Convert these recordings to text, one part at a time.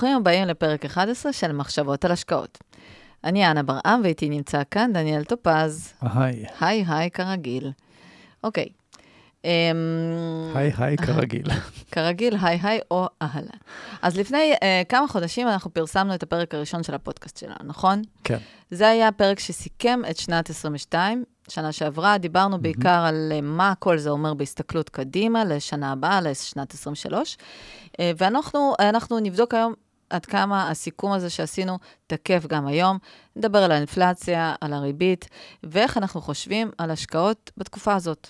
ברוכים הבאים לפרק 11 של מחשבות על השקעות. אני אנה ברעם, ואיתי נמצא כאן דניאל טופז. היי. היי, כרגיל. אוקיי. היי, כרגיל. כרגיל, היי, או אהלן. אז לפני כמה חודשים אנחנו פרסמנו את הפרק הראשון של הפודקאסט שלנו, נכון? כן. זה היה הפרק שסיכם את שנת 22, שנה שעברה, דיברנו בעיקר על מה כל זה אומר בהסתכלות קדימה, לשנה הבאה, לשנת 23, ואנחנו נבדוק היום עד כמה הסיכום הזה שעשינו תקף גם היום, נדבר על האינפלציה, על הריבית, ואיך אנחנו חושבים על השקעות בתקופה הזאת.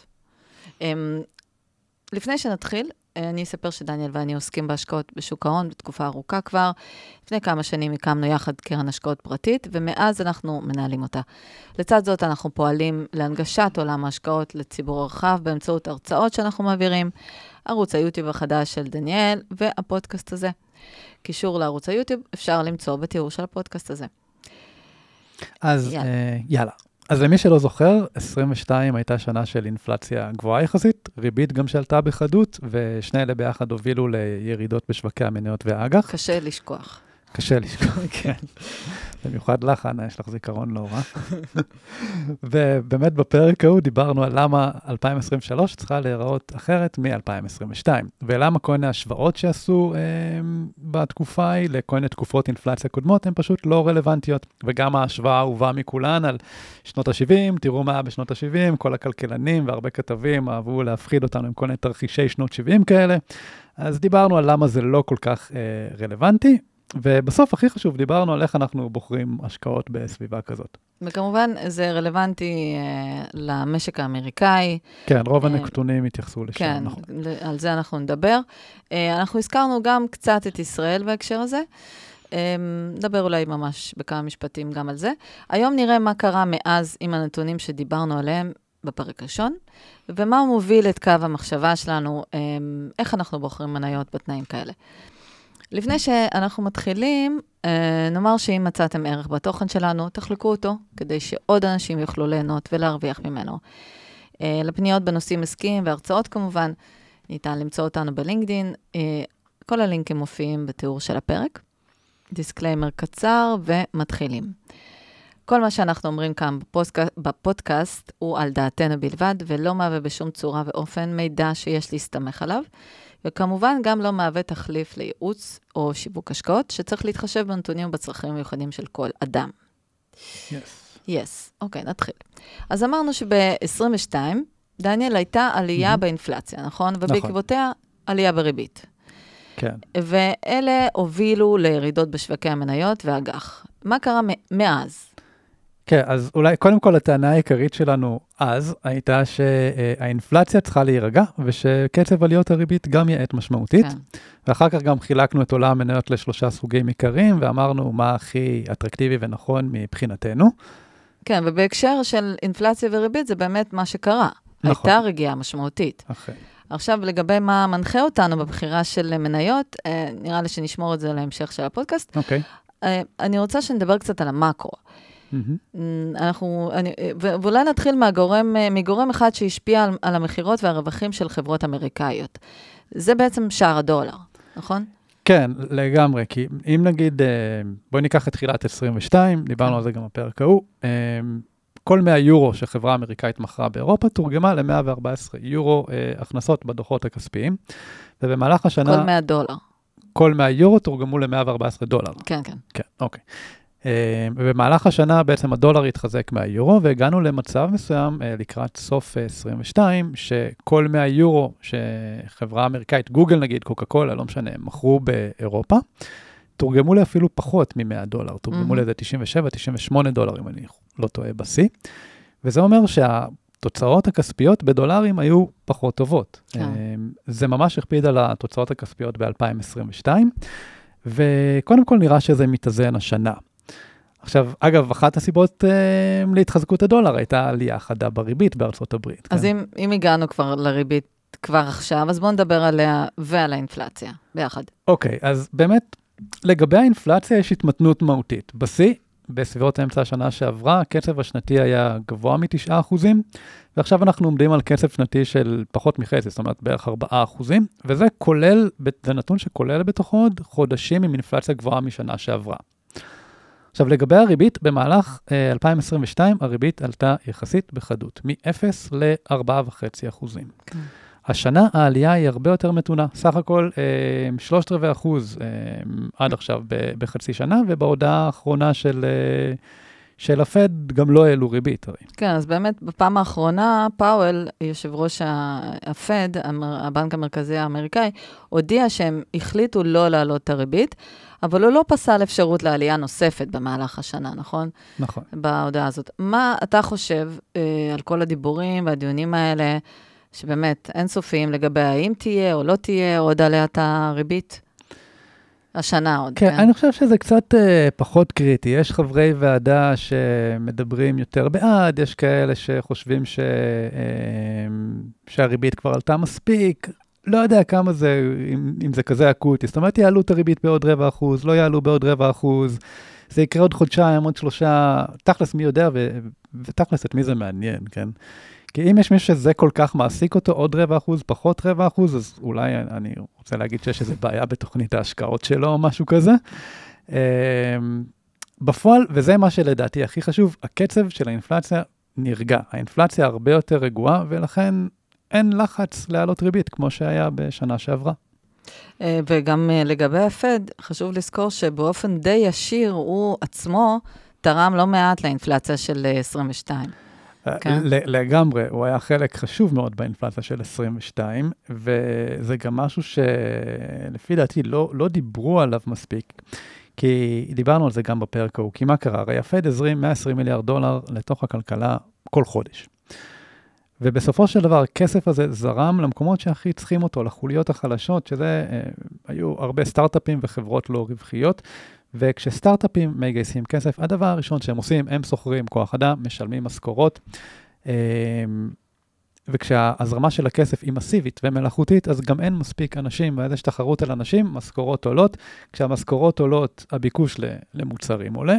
לפני שנתחיל, אני אספר שדניאל ואני עוסקים בהשקעות בשוק ההון בתקופה ארוכה כבר. לפני כמה שנים הקמנו יחד קרן השקעות פרטית, ומאז אנחנו מנהלים אותה. לצד זאת אנחנו פועלים להנגשת עולם ההשקעות לציבור הרחב, באמצעות הרצאות שאנחנו מעבירים, ערוץ היוטיוב החדש של דניאל, והפודקאסט הזה. קישור לערוץ היוטיוב אפשר למצוא בתיאור של הפודקאסט הזה. אז יאללה. אז למי שלא זוכר, 22 הייתה שנה של אינפלציה גבוהה יחסית, ריבית גם שעלתה בחדות, ושני אלה ביחד הובילו לירידות בשווקי המניות והאג"ח. קשה לשכוח. קשה לשכוח, כן. במיוחד לך, אנה, יש לך זיכרון לא רע. ובאמת בפרק ההוא דיברנו על למה 2023 צריכה להיראות אחרת מ-2022, ולמה כל מיני השוואות שעשו בתקופה היא לכל מיני תקופות אינפלציה קודמות, הן פשוט לא רלוונטיות. וגם ההשוואה הובאה מכולן על שנות ה-70, תראו מה היה בשנות ה-70, כל הכלכלנים והרבה כתבים אהבו להפחיד אותנו עם כל מיני תרחישי שנות 70 כאלה. אז דיברנו על למה זה לא כל כך רלוונטי, ובסוף הכי חשוב, דיברנו על איך אנחנו בוחרים השקעות בסביבה כזאת. וכמובן, זה רלוונטי למשק האמריקאי. כן, רוב הנקטונים התייחסו לשם, כן, נכון. על זה אנחנו נדבר. אנחנו הזכרנו גם קצת את ישראל בהקשר הזה. נדבר אולי ממש בכמה משפטים גם על זה. היום נראה מה קרה מאז עם הנתונים שדיברנו עליהם בפרק ראשון, ומה מוביל את קו המחשבה שלנו, איך אנחנו בוחרים מניות בתנאים כאלה. לפני שאנחנו מתחילים, נאמר שאם מצאתם ערך בתוכן שלנו, תחלקו אותו, כדי שעוד אנשים יוכלו ליהנות ולהרוויח ממנו. לפניות בנושאים עסקיים והרצאות כמובן, ניתן למצוא אותנו בלינקדין. כל הלינקים מופיעים בתיאור של הפרק. דיסקליימר קצר ומתחילים. כל מה שאנחנו אומרים כאן בפודקאסט הוא על דעתנו בלבד, ולא מהווה בשום צורה ואופן מידע שיש להסתמך עליו. וכמובן גם לא מהווה תחליף לייעוץ או שיווק השקעות, שצריך להתחשב בנתונים ובצרכים המיוחדים של כל אדם. אוקיי, נתחיל. אז אמרנו שב-22, דניאל הייתה עלייה באינפלציה, נכון? ובעקבותיה עלייה בריבית. כן. ואלה הובילו לירידות בשווקי המניות והאג"ח. מה קרה מאז? כן, אז אולי קודם כל הטענה העיקרית שלנו אז הייתה שהאינפלציה צריכה להירגע, ושקצב עליות הריבית גם יעט משמעותית. כן. ואחר כך גם חילקנו את עולם המניות לשלושה סוגים עיקריים, ואמרנו מה הכי אטרקטיבי ונכון מבחינתנו. כן, ובהקשר של אינפלציה וריבית זה באמת מה שקרה. נכון. הייתה רגיעה משמעותית. אחרי. עכשיו, לגבי מה מנחה אותנו בבחירה של מניות, נראה לי שנשמור את זה להמשך של הפודקאסט. אוקיי. אני רוצה שנדבר קצת על המאקרו. ואולי נתחיל מגורם אחד שהשפיע על המחירות והרווחים של חברות אמריקאיות. זה בעצם שער הדולר, נכון? כן, לגמרי, כי אם נגיד, בואי ניקח את תחילת 22, דיברנו על זה גם בפרק ההוא, כל 100 יורו שחברה אמריקאית מכרה באירופה, תורגמה ל-114 יורו הכנסות בדוחות הכספיים, ובמהלך השנה... כל 100 דולר. כל 100 יורו תורגמו ל-114 דולר. כן, כן. כן, אוקיי. ובמהלך השנה בעצם הדולר התחזק מהיורו, והגענו למצב מסוים לקראת סוף 22, שכל 100 יורו שחברה אמריקאית, גוגל נגיד, קוקה קולה, לא משנה, מכרו באירופה, תורגמו לאפילו פחות מ-100 דולר, תורגמו לאיזה 97-98 דולר, אם אני לא טועה בשיא, וזה אומר שהתוצאות הכספיות בדולרים היו פחות טובות. זה ממש הכביד על התוצאות הכספיות ב-2022, וקודם כל נראה שזה מתאזן השנה. עכשיו, אגב, אחת הסיבות להתחזקות הדולר הייתה עלייה חדה בריבית בארצות הברית. אז כן? אם הגענו כבר לריבית כבר עכשיו, אז בואו נדבר עליה ועל האינפלציה ביחד. אוקיי, אז באמת, לגבי האינפלציה יש התמתנות מהותית. בשיא, בסביבות אמצע השנה שעברה, הקצב השנתי היה גבוה מ9%, ועכשיו אנחנו עומדים על קצב שנתי של פחות מחצי, זאת אומרת בערך 4%, וזה כולל, זה נתון שכולל בתוכו עוד חודשים עם אינפלציה גבוהה משנה שעברה. עכשיו, לגבי הריבית, במהלך 2022, הריבית עלתה יחסית בחדות, מ-0 ל-4.5%. כן. השנה העלייה היא הרבה יותר מתונה, סך הכל 3.25% עד עכשיו בחצי שנה, ובהודעה האחרונה של הפד גם לא העלו ריבית. כן, אז באמת בפעם האחרונה, פאוול, יושב ראש הפד, הבנק המרכזי האמריקאי, הודיע שהם החליטו לא להעלות את הריבית, אבל הוא לא פסל אפשרות לעלייה נוספת במהלך השנה, נכון? נכון. בהודעה הזאת. מה אתה חושב על כל הדיבורים והדיונים האלה, שבאמת אינסופיים לגבי האם תהיה או לא תהיה עוד עליית הריבית? השנה עוד. כן, אני חושב שזה קצת פחות קריטי. יש חברי ועדה שמדברים יותר בעד, יש כאלה שחושבים שהריבית כבר עלתה מספיק. לא יודע כמה זה, אם זה כזה אקוטי. זאת אומרת, יעלו את הריבית בעוד 0.25%, לא יעלו בעוד 0.25%. זה יקרה עוד חודשיים, עוד 3, תכלס מי יודע, ותכלס את מי זה מעניין, כן? כי אם יש מישהו שזה כל כך מעסיק אותו, עוד 0.25%, פחות 0.25%, אז אולי אני רוצה להגיד שיש איזו בעיה בתוכנית ההשקעות שלו או משהו כזה. בפועל, וזה מה שלדעתי הכי חשוב, הקצב של האינפלציה נרגע. האינפלציה הרבה יותר רגועה, ולכן אין לחץ להעלות ריבית, כמו שהיה בשנה שעברה. וגם לגבי הפד, חשוב לזכור שבאופן די ישיר, הוא עצמו תרם לא מעט לאינפלציה של 22. לגמרי, הוא היה חלק חשוב מאוד באינפלציה של 22, וזה גם משהו שלפי דעתי לא דיברו עליו מספיק, כי דיברנו על זה גם בפרק ההוא, כי מה קרה? הרי הפד הזרים $120 מיליארד לתוך הכלכלה כל חודש. ובסופו של דבר, הכסף הזה זרם למקומות שהכי צריכים אותו, לחוליות החלשות, שזה היו הרבה סטארט-אפים וחברות לא רווחיות, וכשסטארט-אפים מגייסים כסף, הדבר הראשון שהם עושים, הם סוחרים כוח אדם, משלמים משכורות, וכשההזרמה של הכסף היא מסיבית ומלאכותית, אז גם אין מספיק אנשים, ואז יש תחרות על אנשים, משכורות עולות, כשהמשכורות עולות, הביקוש למוצרים עולה,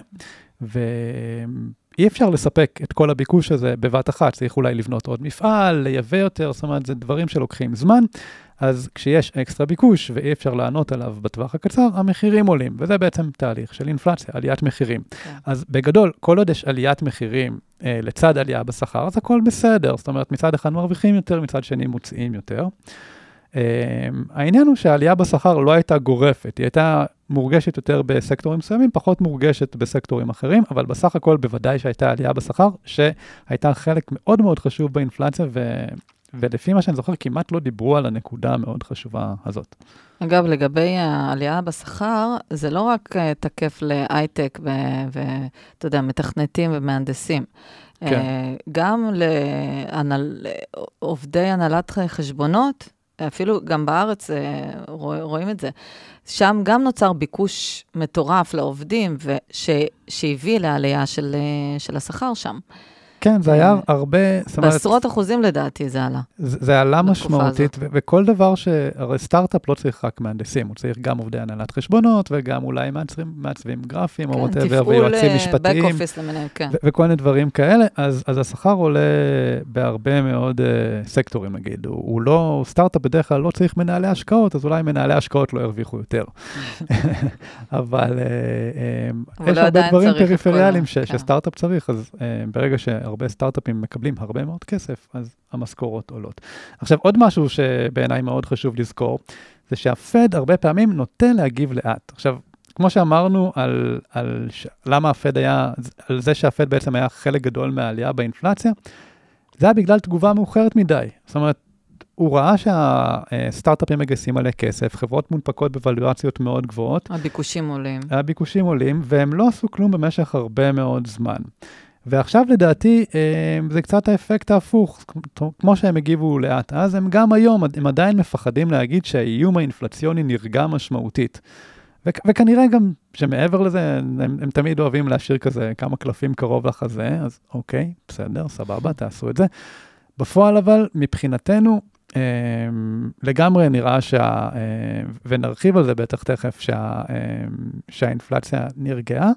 ואי אפשר לספק את כל הביקוש הזה בבת אחת, צריך אולי לבנות עוד מפעל, לייבא יותר, זאת אומרת, זה דברים שלוקחים זמן, אז כשיש אקסטרה ביקוש ואי אפשר לענות עליו בטווח הקצר, המחירים עולים, וזה בעצם תהליך של אינפלציה, עליית מחירים. אז בגדול, כל עוד יש עליית מחירים לצד עלייה בשכר, אז הכל בסדר, זאת אומרת, מצד אחד מרוויחים יותר, מצד שני מוצאים יותר. העניין הוא שהעלייה בשכר לא הייתה גורפת, היא הייתה מורגשת יותר בסקטורים מסוימים, פחות מורגשת בסקטורים אחרים, אבל בסך הכל בוודאי שהייתה עלייה בשכר, שהייתה חלק מאוד מאוד חשוב באינפלציה, ולפי מה שאני זוכר, כמעט לא דיברו על הנקודה המאוד חשובה הזאת. אגב, לגבי העלייה בשכר, זה לא רק תקף להייטק ואתה יודע, מתכנתים ומהנדסים. כן. גם לעובדי הנהלת חשבונות, אפילו גם בארץ רואים את זה. שם גם נוצר ביקוש מטורף לעובדים, שהביא לעלייה של השכר שם. כן, זה היה הרבה... בעשרות אחוזים לדעתי זה עלה. זה עלה משמעותית, וכל דבר הרי סטארט-אפ לא צריך רק מהנדסים, הוא צריך גם עובדי הנהלת חשבונות, וגם אולי מעצבים גרפיים, או whatever, ויועצים משפטיים. back office למיניהם, כן. וכל מיני דברים כאלה, אז השכר עולה בהרבה מאוד סקטורים, נגיד. הוא לא, סטארט-אפ בדרך כלל לא צריך מנהלי השקעות, אז אולי מנהלי השקעות לא ירוויחו יותר. אבל יש הרבה דברים פריפריאליים שסטארט-אפ צריך, אז ברגע הרבה סטארט-אפים מקבלים הרבה מאוד כסף, אז המשכורות עולות. עכשיו, עוד משהו שבעיניי מאוד חשוב לזכור, זה שהפד הרבה פעמים נוטה להגיב לאט. עכשיו, כמו שאמרנו על למה הפד היה, על זה שהפד בעצם היה חלק גדול מהעלייה באינפלציה, זה היה בגלל תגובה מאוחרת מדי. זאת אומרת, הוא ראה שהסטארט-אפים מגייסים עלי כסף, חברות מונפקות בוולואציות מאוד גבוהות. הביקושים עולים, והם לא עשו כלום במשך הרבה מאוד זמן. ועכשיו לדעתי זה קצת האפקט ההפוך, כמו שהם הגיבו לאט אז, הם גם היום, הם עדיין מפחדים להגיד שהאיום האינפלציוני נרגע משמעותית. וכנראה גם שמעבר לזה, הם תמיד אוהבים להשאיר כזה כמה קלפים קרוב לחזה, אז אוקיי, בסדר, סבבה, תעשו את זה. בפועל אבל, מבחינתנו, לגמרי נראה ונרחיב על זה בטח תכף, שהאינפלציה נרגעה,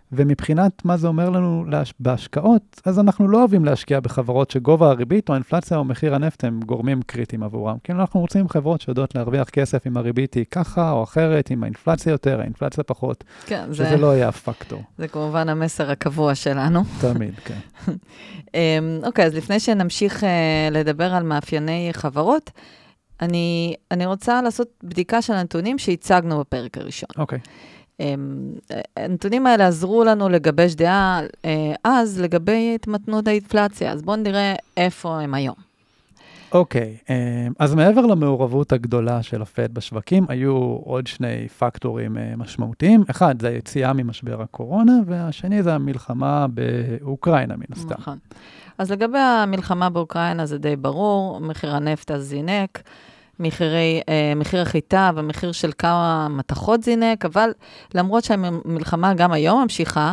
ומבחינת מה זה אומר לנו בהשקעות, אז אנחנו לא אוהבים להשקיע בחברות שגובה הריבית או האינפלציה או מחיר הנפט הם גורמים קריטיים עבורם. כי אנחנו רוצים חברות שיודעות להרוויח כסף אם הריבית היא ככה או אחרת, אם האינפלציה יותר, האינפלציה פחות, כן, שזה לא יהיה הפקטור. זה כמובן המסר הקבוע שלנו. תמיד, כן. אוקיי, אז לפני שנמשיך לדבר על מאפייני חברות, אני רוצה לעשות בדיקה של הנתונים שהצגנו בפרק הראשון. אוקיי. הנתונים האלה עזרו לנו לגבש דעה אז לגבי התמתנות האינפלציה, אז בואו נראה איפה הם היום. אוקיי, אז מעבר למעורבות הגדולה של הפד בשווקים, היו עוד שני פקטורים משמעותיים. אחד, זה היציאה ממשבר הקורונה, והשני זה המלחמה באוקראינה, מן הסתם. נכון. אז לגבי המלחמה באוקראינה זה די ברור, מחיר הנפט אז זינק, מחיר החיטה ומחיר של כמה מתכות זינק, אבל למרות שהמלחמה גם היום ממשיכה,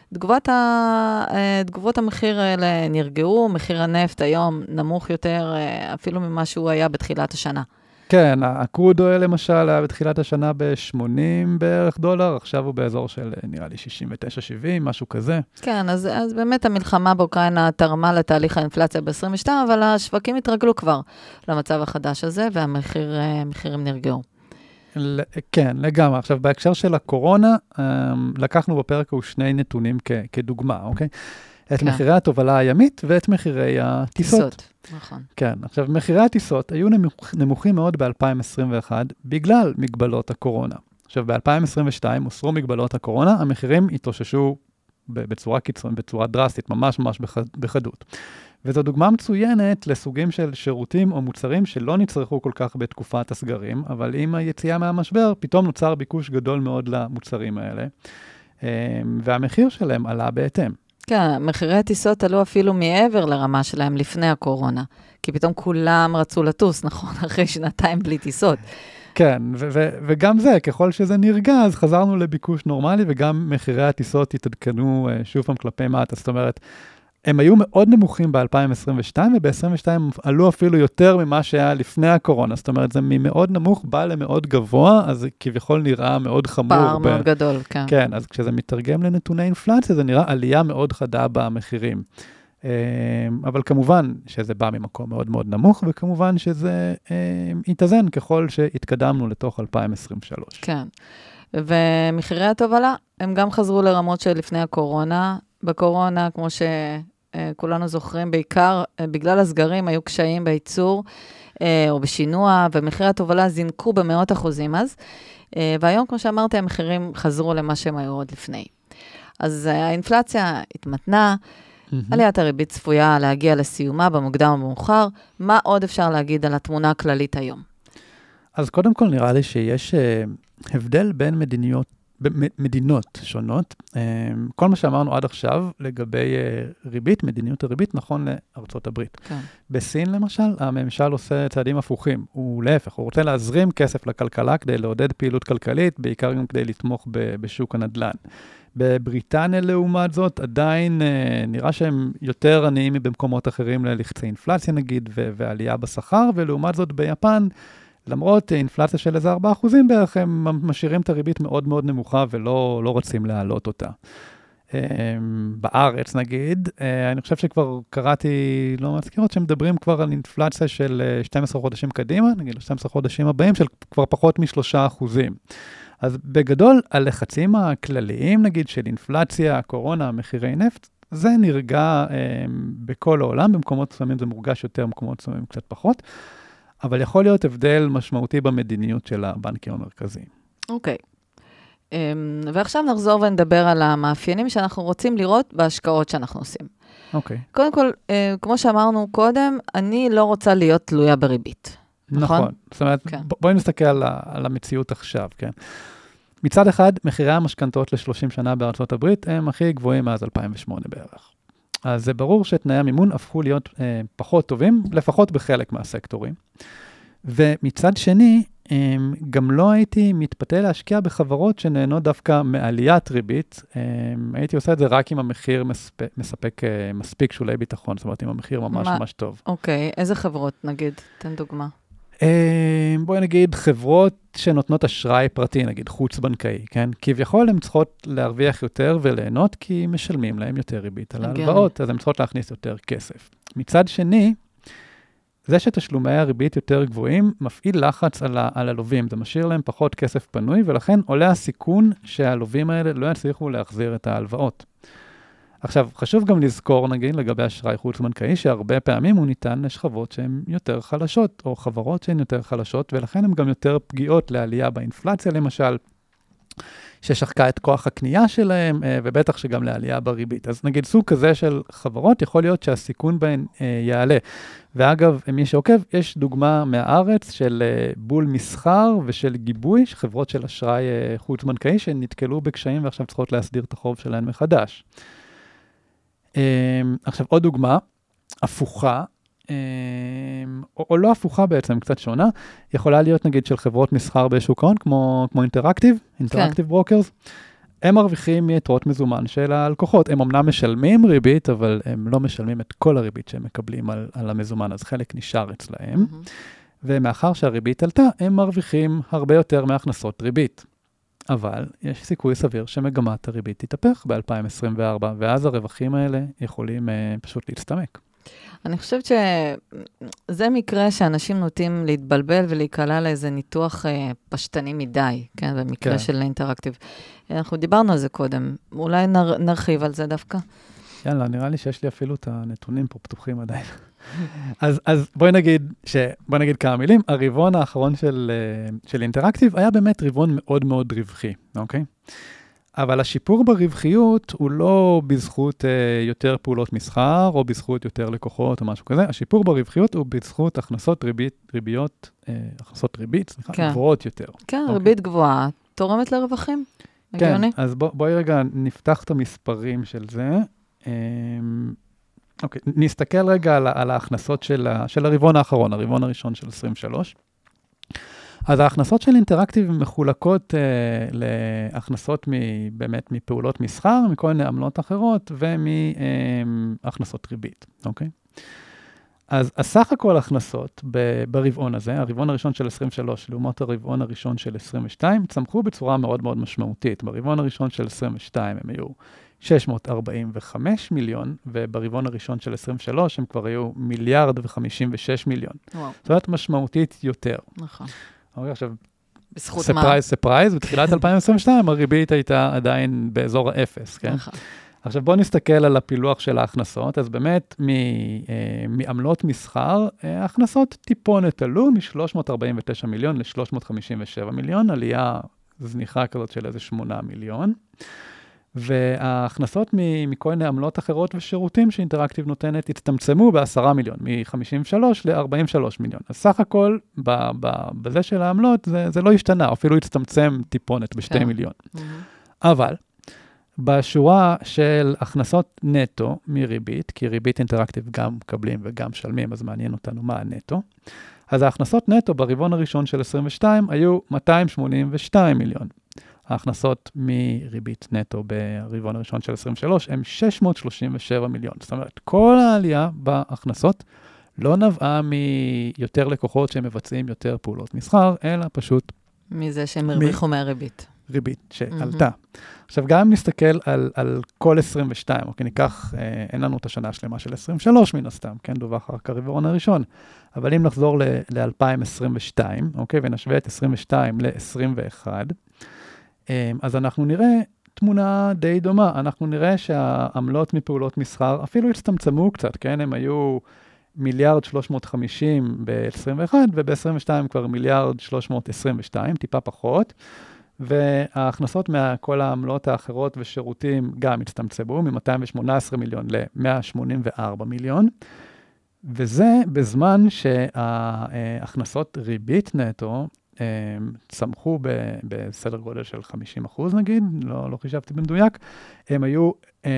תגובות המחיר האלה נרגעו, מחיר הנפט היום נמוך יותר אפילו ממה שהוא היה בתחילת השנה. כן, הקרוד אויל למשל היה בתחילת השנה ב-$80 בערך, עכשיו הוא באזור של נראה לי 69-70, משהו כזה. כן, אז באמת המלחמה באוקראינה תרמה לתהליך האינפלציה ב-22, אבל השווקים התרגלו כבר למצב החדש הזה, והמחירים נרגעו. כן, לגמרי. עכשיו, בהקשר של הקורונה, לקחנו בפרק הוא שני נתונים כדוגמה, אוקיי? את מחירי התובלה הימית ואת מחירי הטיסות. נכון. כן, עכשיו, מחירי הטיסות היו נמוכים מאוד ב-2021 בגלל מגבלות הקורונה. עכשיו, ב-2022 הוסרו מגבלות הקורונה, המחירים התאוששו בצורה קיצונית, בצורה דרסטית, ממש בחדות. וזו דוגמה מצוינת לסוגים של שירותים או מוצרים שלא נצרכו כל כך בתקופת הסגרים, אבל עם היציאה מהמשבר, פתאום נוצר ביקוש גדול מאוד למוצרים האלה, והמחיר שלהם עלה בהתאם. כן, מחירי הטיסות עלו אפילו מעבר לרמה שלהם לפני הקורונה, כי פתאום כולם רצו לטוס, נכון? אחרי שנתיים בלי טיסות. כן, וגם זה, ככל שזה נרגע, אז חזרנו לביקוש נורמלי, וגם מחירי הטיסות התעדכנו שוב פעם כלפי מטה, זאת אומרת, הם היו מאוד נמוכים ב-2022, וב-2022 עלו אפילו יותר ממה שהיה לפני הקורונה. זאת אומרת, זה ממאוד נמוך בא למאוד גבוה, אז זה כביכול נראה מאוד חמור. פער מאוד גדול, כן. כן, אז כשזה מתרגם לנתוני אינפלציה, זה נראה עלייה מאוד חדה במחירים. אבל כמובן שזה בא ממקום מאוד מאוד נמוך, וכמובן שזה יתאזן ככל שהתקדמנו לתוך 2023. כן, ומחירי התובלה, הם גם חזרו לרמות של לפני הקורונה. בקורונה, כמו שכולנו זוכרים, בעיקר בגלל הסגרים היו קשיים בייצור או בשינוע, ומחירי התובלה זינקו במאות אחוזים אז, והיום, כמו שאמרתי, המחירים חזרו למה שהם היו עוד לפני. אז האינפלציה התמתנה, עליית הריבית צפויה להגיע לסיומה במוקדם ומאוחר. מה עוד אפשר להגיד על התמונה הכללית היום? אז קודם כל נראה לי שיש הבדל בין מדינות שונות. כל מה שאמרנו עד עכשיו לגבי ריבית, מדיניות הריבית, נכון לארצות הברית. כן. בסין למשל, הממשל עושה צעדים הפוכים. הוא להפך, הוא רוצה להזרים כסף לכלכלה כדי לעודד פעילות כלכלית, בעיקר גם כדי לתמוך בשוק הנדל"ן. בבריטניה לעומת זאת, עדיין נראה שהם יותר עניים במקומות אחרים ללחצי אינפלציה נגיד, ועלייה בשכר, ולעומת זאת ביפן, למרות אינפלציה של איזה 4% בערך, הם משאירים את הריבית מאוד מאוד נמוכה ולא רוצים להעלות אותה. בארץ נגיד, אני חושב שכבר קראתי, לא מזכירות, שמדברים כבר על אינפלציה של 12 חודשים קדימה, נגיד 12 חודשים הבאים, של כבר פחות מ3%. אז בגדול, הלחצים הכלליים, נגיד, של אינפלציה, קורונה, מחירי נפט, זה נרגע בכל העולם, במקומות מסוימים זה מורגש יותר, במקומות מסוימים קצת פחות, אבל יכול להיות הבדל משמעותי במדיניות של הבנקים המרכזיים. אוקיי. ועכשיו נחזור ונדבר על המאפיינים שאנחנו רוצים לראות בהשקעות שאנחנו עושים. אוקיי. קודם כל, כמו שאמרנו קודם, אני לא רוצה להיות תלויה בריבית. נכון. זאת אומרת, בואי נסתכל על המציאות עכשיו, כן. מצד אחד, מחירי המשכנתאות ל-30 שנה בארצות הברית הם הכי גבוהים מאז 2008 בערך. אז זה ברור שתנאי המימון הפכו להיות פחות טובים, לפחות בחלק מהסקטורים. ומצד שני, גם לא הייתי מתפתה להשקיע בחברות שנהנות דווקא מעליית ריבית. הייתי עושה את זה רק אם המחיר מספק מספיק שולי ביטחון, זאת אומרת, אם המחיר ממש ממש טוב. אוקיי, איזה חברות נגיד? תן דוגמה. בואי נגיד חברות שנותנות אשראי פרטי, נגיד חוץ-בנקאי, כן? כביכול הן צריכות להרוויח יותר וליהנות, כי משלמים להם יותר ריבית על ההלוואות, אז הן צריכות להכניס יותר כסף. מצד שני, זה שתשלומי הריבית יותר גבוהים, מפעיל לחץ על הלווים, זה משאיר להם פחות כסף פנוי, ולכן עולה הסיכון שהלווים האלה לא יצליחו להחזיר את ההלוואות. עכשיו, חשוב גם לזכור, נגיד, לגבי אשראי חוץ-בנקאי, שהרבה פעמים הוא ניתן לשכבות שהן יותר חלשות, או חברות שהן יותר חלשות, ולכן הן גם יותר פגיעות לעלייה באינפלציה, למשל, ששחקה את כוח הקנייה שלהם, ובטח שגם לעלייה בריבית. אז נגיד, סוג כזה של חברות, יכול להיות שהסיכון בהן יעלה. ואגב, מי שעוקב, יש דוגמה מהארץ של בול מסחר ושל גיבוי, חברות של אשראי חוץ-בנקאי, שנתקלו בקשיים ועכשיו צריכות להסדיר את החוב שלהן מחדש. עכשיו, עוד דוגמה, הפוכה, או לא הפוכה בעצם, קצת שונה, יכולה להיות נגיד של חברות מסחר בשוק ההון, כמו אינטראקטיב ברוקרס, הם מרוויחים מיתרות מזומן של הלקוחות, הם אמנם משלמים ריבית, אבל הם לא משלמים את כל הריבית שהם מקבלים על המזומן, אז חלק נשאר אצלהם, ומאחר שהריבית עלתה, הם מרוויחים הרבה יותר מהכנסות ריבית. אבל יש סיכוי סביר שמגמת הריבית תתהפך ב-2024, ואז הרווחים האלה יכולים פשוט להסתמק. אני חושבת שזה מקרה שאנשים נוטים להתבלבל ולהיקלע לאיזה ניתוח פשטני מדי, כן, במקרה של אינטראקטיב. אנחנו דיברנו על זה קודם, אולי נרחיב על זה דווקא. יאללה, נראה לי שיש לי אפילו את הנתונים פה פתוחים עדיין. אז בואי נגיד כמה מילים. הרבעון האחרון של אינטראקטיב היה באמת רבעון מאוד מאוד רווחי, אוקיי? אבל השיפור ברווחיות הוא לא בזכות יותר פעולות מסחר, או בזכות יותר לקוחות או משהו כזה. השיפור ברווחיות הוא בזכות הכנסות ריבית, גבוהות יותר. כן, ריבית גבוהה, תורמת לרווחים. כן, אז בואי רגע נפתח את המספרים של זה. אוקיי, נסתכל רגע על ההכנסות של הרבעון האחרון, הרבעון הראשון של 23. אז ההכנסות של אינטראקטיב מחולקות להכנסות באמת מפעולות מסחר, מכל מיני עמלות אחרות, ומהכנסות ריבית, אוקיי? אז הסך הכל הכנסות ברבעון הזה, הרבעון הראשון של 23, לעומת הרבעון הראשון של 22, צמחו בצורה מאוד מאוד משמעותית. ברבעון הראשון של 22 הם היו 645 מיליון, וברבעון הראשון של 23 הם כבר היו 1.056 מיליארד. זאת אומרת, משמעותית יותר. נכון. עכשיו, בזכות מה? ספרייז, בתחילת 2022 הריבית הייתה עדיין באזור האפס, כן? נכון. עכשיו בואו נסתכל על הפילוח של ההכנסות, אז באמת מעמלות מסחר, ההכנסות טיפונת עלו מ-349 מיליון ל-357 מיליון, עלייה זניחה כזאת של איזה 8 מיליון, וההכנסות מכל מיני עמלות אחרות ושירותים שאינטראקטיב נותנת הצטמצמו ב10 מיליון, מ-53 ל-43 מיליון. אז סך הכל, בזה של העמלות, זה לא השתנה, אפילו הצטמצם טיפונת ב2 מיליון. אבל, בשורה של הכנסות נטו מריבית, כי ריבית אינטראקטיב גם מקבלים וגם משלמים, אז מעניין אותנו מה הנטו. אז ההכנסות נטו ברבעון הראשון של 22 היו 282 מיליון. ההכנסות מריבית נטו ברבעון הראשון של 23 הם 637 מיליון. זאת אומרת, כל העלייה בהכנסות לא נבעה מיותר לקוחות שמבצעים יותר פעולות מסחר, אלא פשוט מזה שהם הרוויחו מהריבית. ריבית שעלתה. עכשיו, גם אם נסתכל על כל 22, אוקיי, ניקח, אין לנו את השנה השלמה של 23 מן הסתם, כן, דווח רק הרבעון הראשון, אבל אם נחזור ל-2022, אוקיי, ונשווה את 22 ל-21, אז אנחנו נראה תמונה די דומה. אנחנו נראה שהעמלות מפעולות מסחר אפילו הצטמצמו קצת, כן, הם היו 1.350 ב-21, וב-22 כבר 1.322, טיפה פחות, וההכנסות מכל העמלות האחרות ושירותים גם הצטמצמו, מ-218 מיליון ל-184 מיליון, וזה בזמן שההכנסות ריבית נטו צמחו בסדר גודל של 50% נגיד, לא חישבתי במדויק, הם היו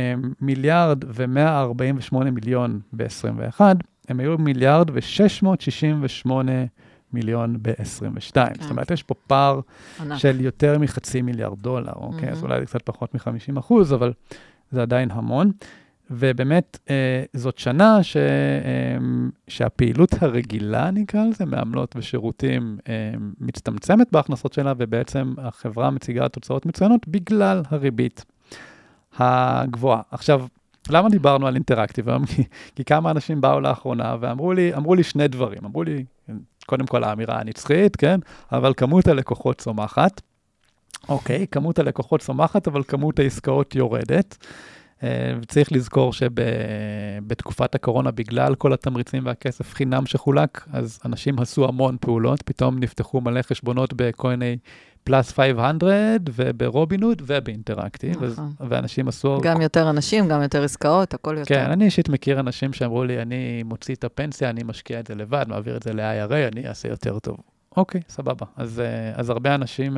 1.148 מיליארד ב-21, הם היו 1.668 מיליון ב-22. זאת אומרת, יש פה פער של יותר $500 מיליון, אוקיי? אז אולי זה קצת פחות מ-50%, אבל זה עדיין המון. ובאמת, זאת שנה שהפעילות הרגילה, נקרא לזה, מעמלות ושירותים, מצטמצמת בהכנסות שלה, ובעצם החברה מציגה תוצאות מצוינות בגלל הריבית הגבוהה. עכשיו, למה דיברנו על אינטראקטיב? כי כמה אנשים באו לאחרונה ואמרו לי שני דברים. אמרו לי, קודם כל האמירה הנצחית, כן? אבל כמות הלקוחות צומחת. אוקיי, כמות הלקוחות צומחת, אבל כמות העסקאות יורדת. וצריך לזכור שבתקופת הקורונה, בגלל כל התמריצים והכסף חינם שחולק, אז אנשים עשו המון פעולות, פתאום נפתחו מלא חשבונות בקויני פלאס 500 וברובינוד ובאינטראקטיב, ואנשים עשו... גם יותר אנשים, גם יותר עסקאות, הכל יותר. כן, אני אישית מכיר אנשים שאמרו לי, אני מוציא את הפנסיה, אני משקיע את זה לבד, מעביר את זה ל-IRA, אני אעשה יותר טוב. אוקיי, סבבה. אז הרבה אנשים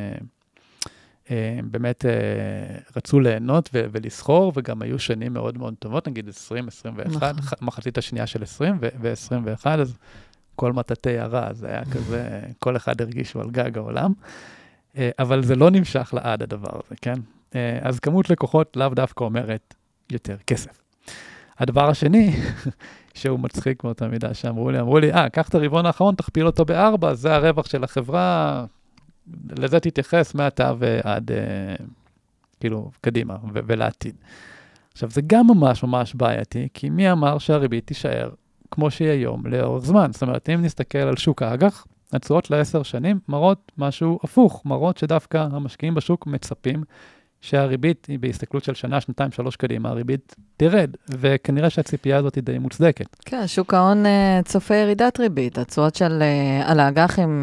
באמת רצו ליהנות ולסחור, וגם היו שנים מאוד מאוד טובות, נגיד 2021, מחצית השנייה של 20 ו-21, אז כל מטאטי הרע, זה היה כזה, כל אחד הרגישו על גג העולם, אבל זה לא נמשך לעד הדבר הזה, כן? אז כמות לקוחות לאו דווקא אומרת יותר כסף. הדבר השני, שהוא מצחיק מאותה מידה, שאמרו לי, קח את הרבעון האחרון, תכפיל אותו ב4, זה הרווח של החברה, לזה תתייחס מעתה ועד, כאילו, קדימה ולעתיד. עכשיו, זה גם ממש ממש בעייתי, כי מי אמר שהריבית תישאר כמו שהיא היום לאורך זמן? זאת אומרת, אם נסתכל על שוק האג"ח, התשואות ל10 שנים מראות משהו הפוך, מראות שדווקא המשקיעים בשוק מצפים שהריבית היא בהסתכלות של שנה, שנתיים, 3 קדימה, הריבית תרד, וכנראה שהציפייה הזאת היא די מוצדקת. כן, שוק ההון צופה ירידת ריבית, התשואות על האג"ח הם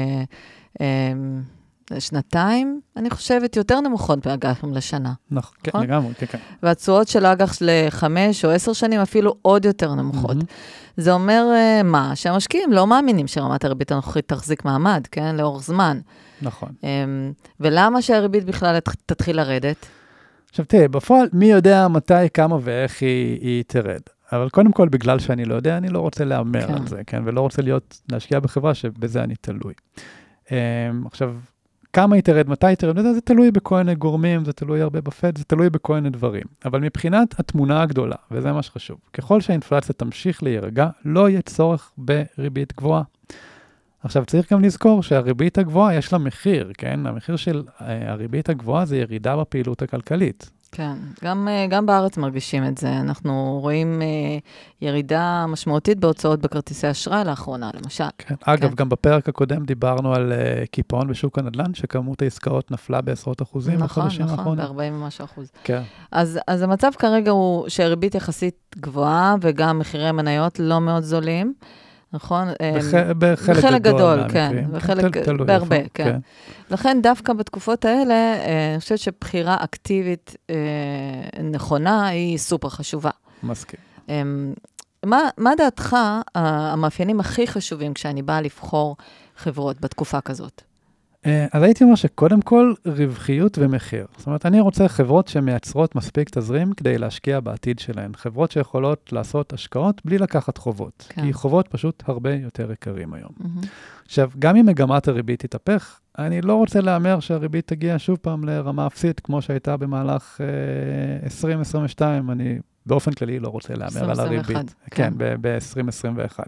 לשנתיים, אני חושבת, יותר נמוכות באג"חים לשנה. נכון, כן, לגמרי, כן. והתשואות של האג"ח ל5 או 10 שנים אפילו עוד יותר נמוכות. זה אומר מה? שהמשקיעים לא מאמינים שרמת הריבית הנוכחית תחזיק מעמד, כן? לאורך זמן. נכון. ולמה שהריבית בכלל תתחיל לרדת? עכשיו תראה, בפועל, מי יודע מתי, כמה ואיך היא תרד. אבל קודם כל, בגלל שאני לא יודע, אני לא רוצה להאמר על זה, כן? ולא רוצה להשקיע בחברה שבזה אני תלוי. עכשיו, כמה היא תרד, מתי היא תרד, זה תלוי בכל מיני גורמים, זה תלוי הרבה בפד, זה תלוי בכל מיני דברים. אבל מבחינת התמונה הגדולה, וזה מה שחשוב, ככל שהאינפלציה תמשיך להירגע, לא יהיה צורך בריבית גבוהה. עכשיו, צריך גם לזכור שהריבית הגבוהה יש לה מחיר, כן? המחיר של הריבית הגבוהה זה ירידה בפעילות הכלכלית. כן, גם בארץ מרגישים את זה. אנחנו רואים ירידה משמעותית בהוצאות בכרטיסי אשראי לאחרונה, למשל. כן. אגב, גם בפרק הקודם דיברנו על קיפאון בשוק הנדל"ן, שכמות העסקאות נפלה בעשרות אחוזים בחודשים האחרונים. נכון, ב-40 ומשהו אחוז. כן. אז המצב כרגע הוא שהריבית יחסית גבוהה, וגם מחירי מניות לא מאוד זולים. נכון? בחלק גדול, כן. בהרבה, כן. לכן דווקא בתקופות האלה, אני חושבת שבחירה אקטיבית נכונה היא סופר חשובה. מסכים. מה דעתך המאפיינים הכי חשובים כשאני באה לבחור חברות בתקופה כזאת? אז הייתי אומר שקודם כל רווחיות ומחיר. זאת אומרת, אני רוצה חברות שמייצרות מספיק תזרים כדי להשקיע בעתיד שלהן. חברות שיכולות לעשות השקעות בלי לקחת חובות. כן. כי חובות פשוט הרבה יותר יקרים היום. עכשיו, גם אם מגמת הריבית תתהפך, אני לא רוצה לאמר שהריבית תגיע שוב פעם לרמה אפסית, כמו שהייתה במהלך 2022. אני באופן כללי לא רוצה לאמר על הריבית. כן, ב-2021.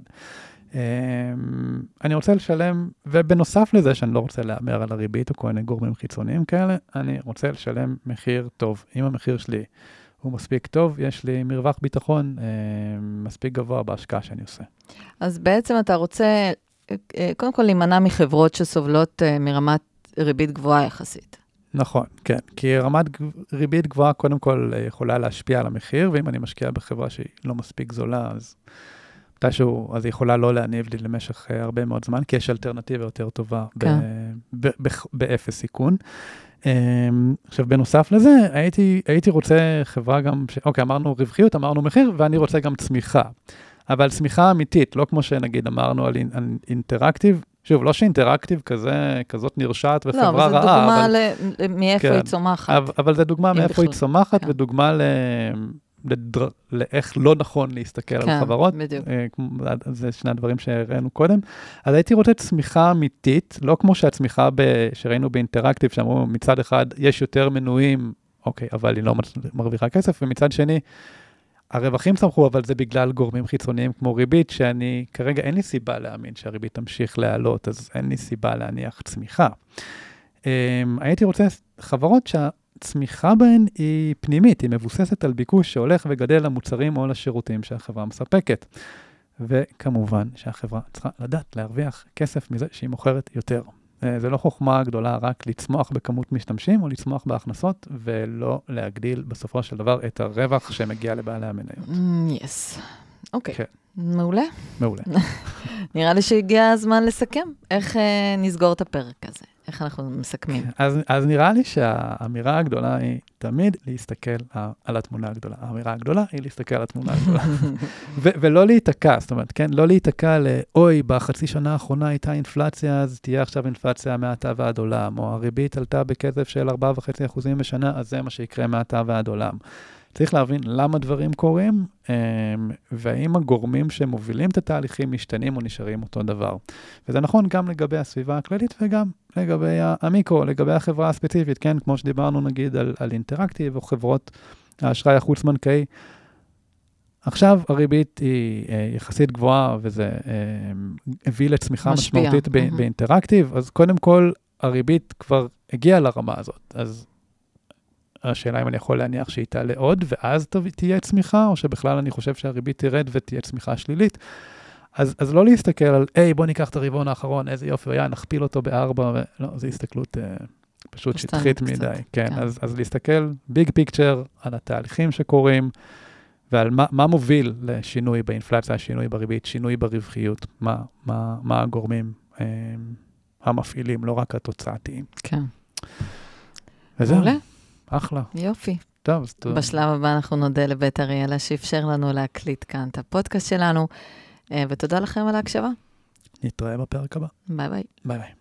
אני רוצה לשלם, ובנוסף לזה שאני לא רוצה לאמר על הריבית או כל מיני גורמים חיצוניים כאלה, אני רוצה לשלם מחיר טוב. אם המחיר שלי הוא מספיק טוב, יש לי מרווח ביטחון מספיק גבוה בהשקעה שאני עושה. אז בעצם אתה רוצה, קודם כל להימנע מחברות שסובלות מרמת ריבית גבוהה יחסית. נכון, כן. כי רמת ריבית גבוהה קודם כל יכולה להשפיע על המחיר, ואם אני משקיע בחברה שהיא לא מספיק זולה, אז מתישהו, אז היא יכולה לא להניב לי למשך הרבה מאוד זמן, כי יש אלטרנטיבה יותר טובה באפס סיכון. עכשיו, בנוסף לזה, הייתי רוצה חברה גם, אוקיי, אמרנו רווחיות, אמרנו מחיר, ואני רוצה גם צמיחה. אבל צמיחה אמיתית, לא כמו שנגיד אמרנו על אינטראקטיב, שוב, לא שאינטראקטיב כזאת נרשעת וחברה רעה. לא, אבל זה דוגמה מאיפה היא צומחת. אבל זה דוגמה מאיפה היא צומחת, ודוגמה לאיך לא נכון להסתכל על חברות. בדיוק. זה שני הדברים שהראינו קודם. אז הייתי רוצה צמיחה אמיתית, לא כמו שהצמיחה שראינו באינטראקטיב, שאמרו מצד אחד יש יותר מנויים, אוקיי, אבל היא לא מרוויחה כסף, ומצד שני, הרווחים צמחו, אבל זה בגלל גורמים חיצוניים כמו ריבית, שאני כרגע אין לי סיבה להאמין שהריבית תמשיך לעלות, אז אין לי סיבה להניח צמיחה. הייתי רוצה חברות שהצמיחה בהן היא פנימית, היא מבוססת על ביקוש שהולך וגדל למוצרים או לשירותים שהחברה מספקת. וכמובן שהחברה צריכה לדעת להרוויח כסף מזה שהיא מוכרת יותר. זה לא חוכמה גדולה רק לצמוח בכמות משתמשים או לצמוח בהכנסות, ולא להגדיל בסופו של דבר את הרווח שמגיע לבעלי המניות. Yes. אוקיי. מעולה. מעולה. נראה לי שהגיע הזמן לסכם. איך נסגור את הפרק הזה? איך אנחנו מסכמים? אז נראה לי שהאמירה הגדולה היא תמיד להסתכל על התמונה הגדולה. האמירה הגדולה היא להסתכל על התמונה הגדולה. ולא להתעקע, זאת אומרת, כן? לא להתעקע לאוי, בחצי שנה האחרונה הייתה אינפלציה, אז תהיה עכשיו אינפלציה מעתה ועד עולם, או הריבית עלתה בקצב של 4.5% בשנה, אז זה מה שיקרה מעתה ועד עולם. צריך להבין למה דברים קורים, והאם הגורמים שמובילים את התהליכים משתנים או נשארים אותו דבר. וזה נכון גם לגבי הסביבה הכללית וגם לגבי המיקרו, לגבי החברה הספציפית, כן? כמו שדיברנו נגיד על אינטראקטיב או חברות האשראי החוץ-בנקאי. עכשיו הריבית היא יחסית גבוהה, וזה הביא לצמיחה משמעותית באינטראקטיב, אז קודם כל הריבית כבר הגיעה לרמה הזאת, אז השאלה אם אני יכול להניח שהיא תעלה עוד, ואז תהיה צמיחה, או שבכלל אני חושב שהריבית תרד ותהיה צמיחה שלילית. אז לא להסתכל על, בוא ניקח את הרבעון האחרון, איזה יופי, נכפיל אותו ב4, לא, זו הסתכלות פשוט שטחית מדי. כן, אז להסתכל ביג פיקצ'ר על התהליכים שקורים, ועל מה מוביל לשינוי באינפלציה, שינוי בריבית, שינוי ברווחיות, מה הגורמים המפעילים, לא רק התוצאתיים. כן. וזהו. אחלה. יופי. טוב, אז טוב. בשלב הבא אנחנו נודה לבית אריאלה שאפשר לנו להקליט כאן את הפודקאסט שלנו, ותודה לכם על ההקשבה. נתראה בפרק הבא. ביי ביי. ביי ביי.